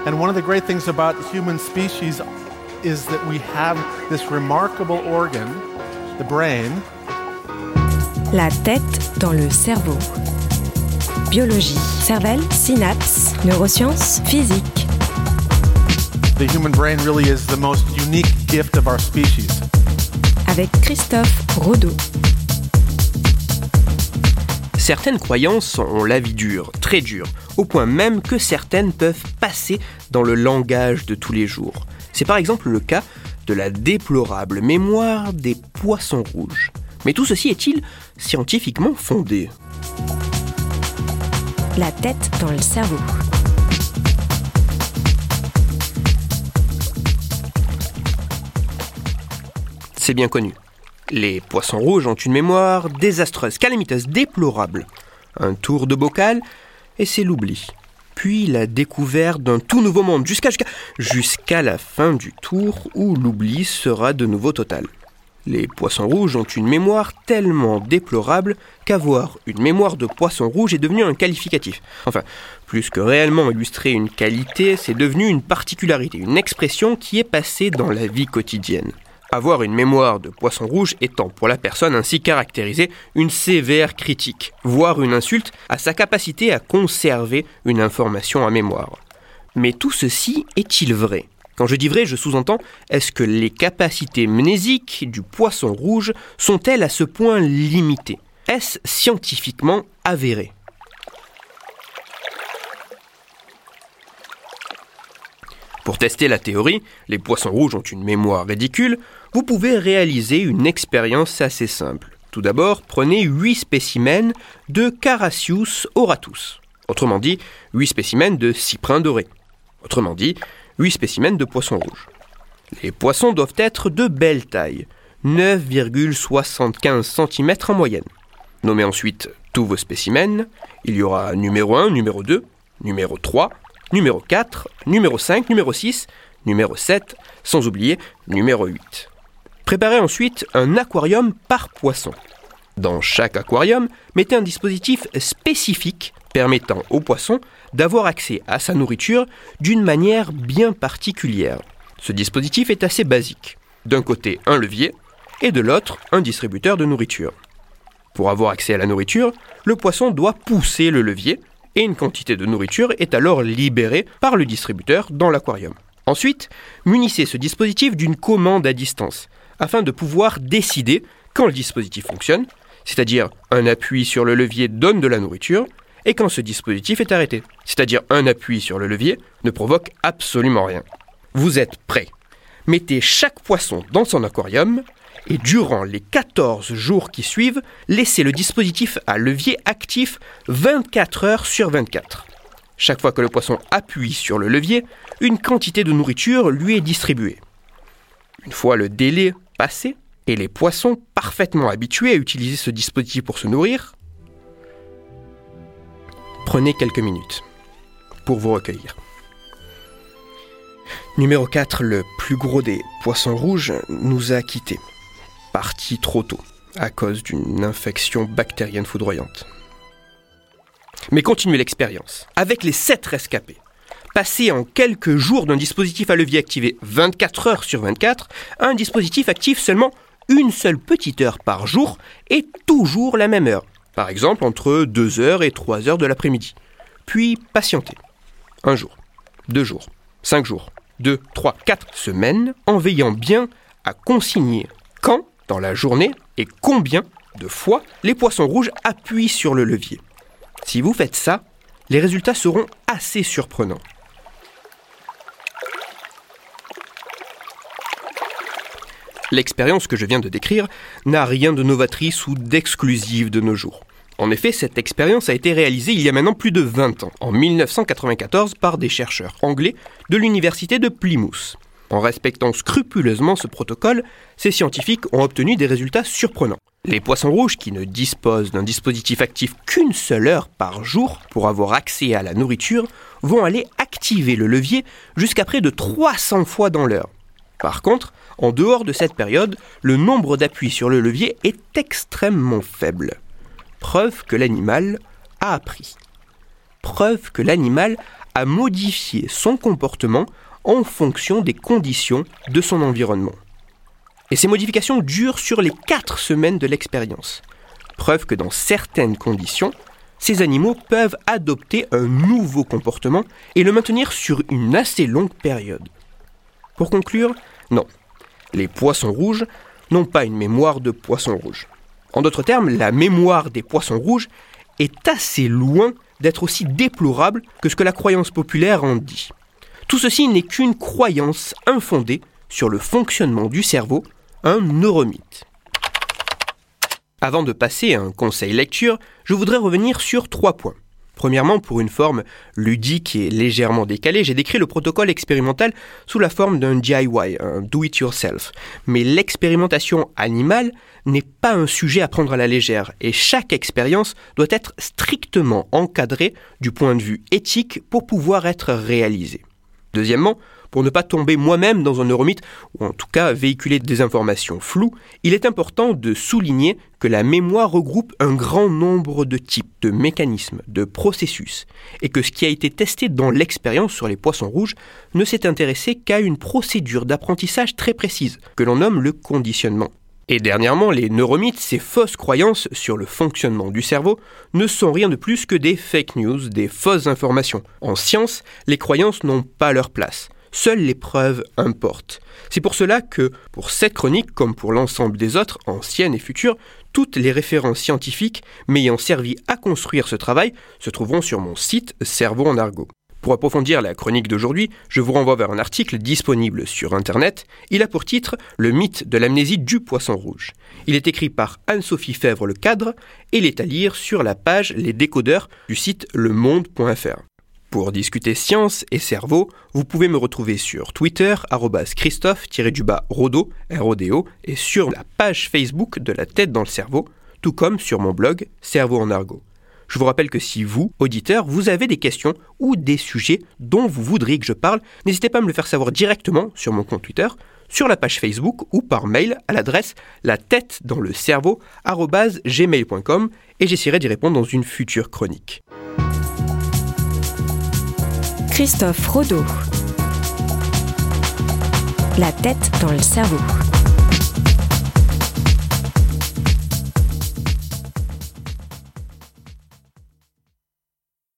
And one of the great things about human species is that we have this remarkable organ, the brain. La tête dans le cerveau. Biologie, cervelle, synapses, neurosciences, physique. The human brain really is the most unique gift of our species. Avec Christophe Rodeau. Certaines croyances ont la vie dure, très dure, au point même que certaines peuvent passer dans le langage de tous les jours. C'est par exemple le cas de la déplorable mémoire des poissons rouges. Mais tout ceci est-il scientifiquement fondé ? La tête dans le cerveau. C'est bien connu. Les poissons rouges ont une mémoire désastreuse, calamiteuse, déplorable. Un tour de bocal et c'est l'oubli. Puis la découverte d'un tout nouveau monde, jusqu'à la fin du tour où l'oubli sera de nouveau total. Les poissons rouges ont une mémoire tellement déplorable qu'avoir une mémoire de poisson rouge est devenu un qualificatif. Enfin, plus que réellement illustrer une qualité, c'est devenu une particularité, une expression qui est passée dans la vie quotidienne. Avoir une mémoire de poisson rouge étant pour la personne ainsi caractérisée une sévère critique, voire une insulte à sa capacité à conserver une information en mémoire. Mais tout ceci est-il vrai ? Quand je dis vrai, je sous-entends, est-ce que les capacités mnésiques du poisson rouge sont-elles à ce point limitées ? Est-ce scientifiquement avéré ? Pour tester la théorie, les poissons rouges ont une mémoire ridicule, vous pouvez réaliser une expérience assez simple. Tout d'abord, prenez 8 spécimens de Carassius auratus. Autrement dit, 8 spécimens de cyprin doré. Autrement dit, 8 spécimens de poissons rouges. Les poissons doivent être de belle taille, 9,75 cm en moyenne. Nommez ensuite tous vos spécimens. Il y aura numéro 1, numéro 2, numéro 3, numéro 4, numéro 5, numéro 6, numéro 7, sans oublier numéro 8. Préparez ensuite un aquarium par poisson. Dans chaque aquarium, mettez un dispositif spécifique permettant au poisson d'avoir accès à sa nourriture d'une manière bien particulière. Ce dispositif est assez basique. D'un côté, un levier et de l'autre, un distributeur de nourriture. Pour avoir accès à la nourriture, le poisson doit pousser le levier et une quantité de nourriture est alors libérée par le distributeur dans l'aquarium. Ensuite, munissez ce dispositif d'une commande à distance afin de pouvoir décider quand le dispositif fonctionne, c'est-à-dire un appui sur le levier donne de la nourriture, et quand ce dispositif est arrêté, c'est-à-dire un appui sur le levier ne provoque absolument rien. Vous êtes prêts. Mettez chaque poisson dans son aquarium et durant les 14 jours qui suivent, laissez le dispositif à levier actif 24 heures sur 24. Chaque fois que le poisson appuie sur le levier, une quantité de nourriture lui est distribuée. Une fois le délai passé et les poissons parfaitement habitués à utiliser ce dispositif pour se nourrir, prenez quelques minutes pour vous recueillir. Numéro 4, le plus gros des poissons rouges, nous a quittés. Parti trop tôt, à cause d'une infection bactérienne foudroyante. Mais continuez l'expérience. Avec les 7 rescapés, passez en quelques jours d'un dispositif à levier activé 24 heures sur 24 à un dispositif actif seulement une seule petite heure par jour et toujours la même heure. Par exemple, entre 2h et 3h de l'après-midi. Puis patientez. 1 jour, 2 jours, 5 jours, 2, 3, 4 semaines, en veillant bien à consigner quand, dans la journée, et combien de fois les poissons rouges appuient sur le levier. Si vous faites ça, les résultats seront assez surprenants. L'expérience que je viens de décrire n'a rien de novatrice ou d'exclusif de nos jours. En effet, cette expérience a été réalisée il y a maintenant plus de 20 ans, en 1994, par des chercheurs anglais de l'université de Plymouth. En respectant scrupuleusement ce protocole, ces scientifiques ont obtenu des résultats surprenants. Les poissons rouges, qui ne disposent d'un dispositif actif qu'une seule heure par jour pour avoir accès à la nourriture, vont aller activer le levier jusqu'à près de 300 fois dans l'heure. Par contre, en dehors de cette période, le nombre d'appuis sur le levier est extrêmement faible. Preuve que l'animal a appris. Preuve que l'animal à modifier son comportement en fonction des conditions de son environnement. Et ces modifications durent sur les 4 semaines de l'expérience. Preuve que dans certaines conditions, ces animaux peuvent adopter un nouveau comportement et le maintenir sur une assez longue période. Pour conclure, non, les poissons rouges n'ont pas une mémoire de poisson rouge. En d'autres termes, la mémoire des poissons rouges est assez loin d'être aussi déplorable que ce que la croyance populaire en dit. Tout ceci n'est qu'une croyance infondée sur le fonctionnement du cerveau, un neuromythe. Avant de passer à un conseil lecture, je voudrais revenir sur 3 points. Premièrement, pour une forme ludique et légèrement décalée, j'ai décrit le protocole expérimental sous la forme d'un DIY, un do-it-yourself. Mais l'expérimentation animale n'est pas un sujet à prendre à la légère et chaque expérience doit être strictement encadrée du point de vue éthique pour pouvoir être réalisée. Deuxièmement, pour ne pas tomber moi-même dans un neuromythe, ou en tout cas véhiculer des informations floues, il est important de souligner que la mémoire regroupe un grand nombre de types, de mécanismes, de processus, et que ce qui a été testé dans l'expérience sur les poissons rouges ne s'est intéressé qu'à une procédure d'apprentissage très précise, que l'on nomme le conditionnement. Et dernièrement, les neuromythes, ces fausses croyances sur le fonctionnement du cerveau, ne sont rien de plus que des fake news, des fausses informations. En science, les croyances n'ont pas leur place. Seules les preuves importent. C'est pour cela que, pour cette chronique, comme pour l'ensemble des autres, anciennes et futures, toutes les références scientifiques m'ayant servi à construire ce travail se trouveront sur mon site Cerveau en argot. Pour approfondir la chronique d'aujourd'hui, je vous renvoie vers un article disponible sur Internet. Il a pour titre « Le mythe de l'amnésie du poisson rouge ». Il est écrit par Anne-Sophie Fèvre-Le-Cadre et il est à lire sur la page Les décodeurs du site lemonde.fr. Pour discuter science et cerveau, vous pouvez me retrouver sur Twitter, @Christophe_Rodo, R-O-D-O, et sur la page Facebook de La Tête dans le Cerveau, tout comme sur mon blog Cerveau en argot. Je vous rappelle que si vous, auditeurs, vous avez des questions ou des sujets dont vous voudriez que je parle, n'hésitez pas à me le faire savoir directement sur mon compte Twitter, sur la page Facebook ou par mail à l'adresse latettedanslecerveau@gmail.com et j'essaierai d'y répondre dans une future chronique. Christophe Rodo. La tête dans le cerveau.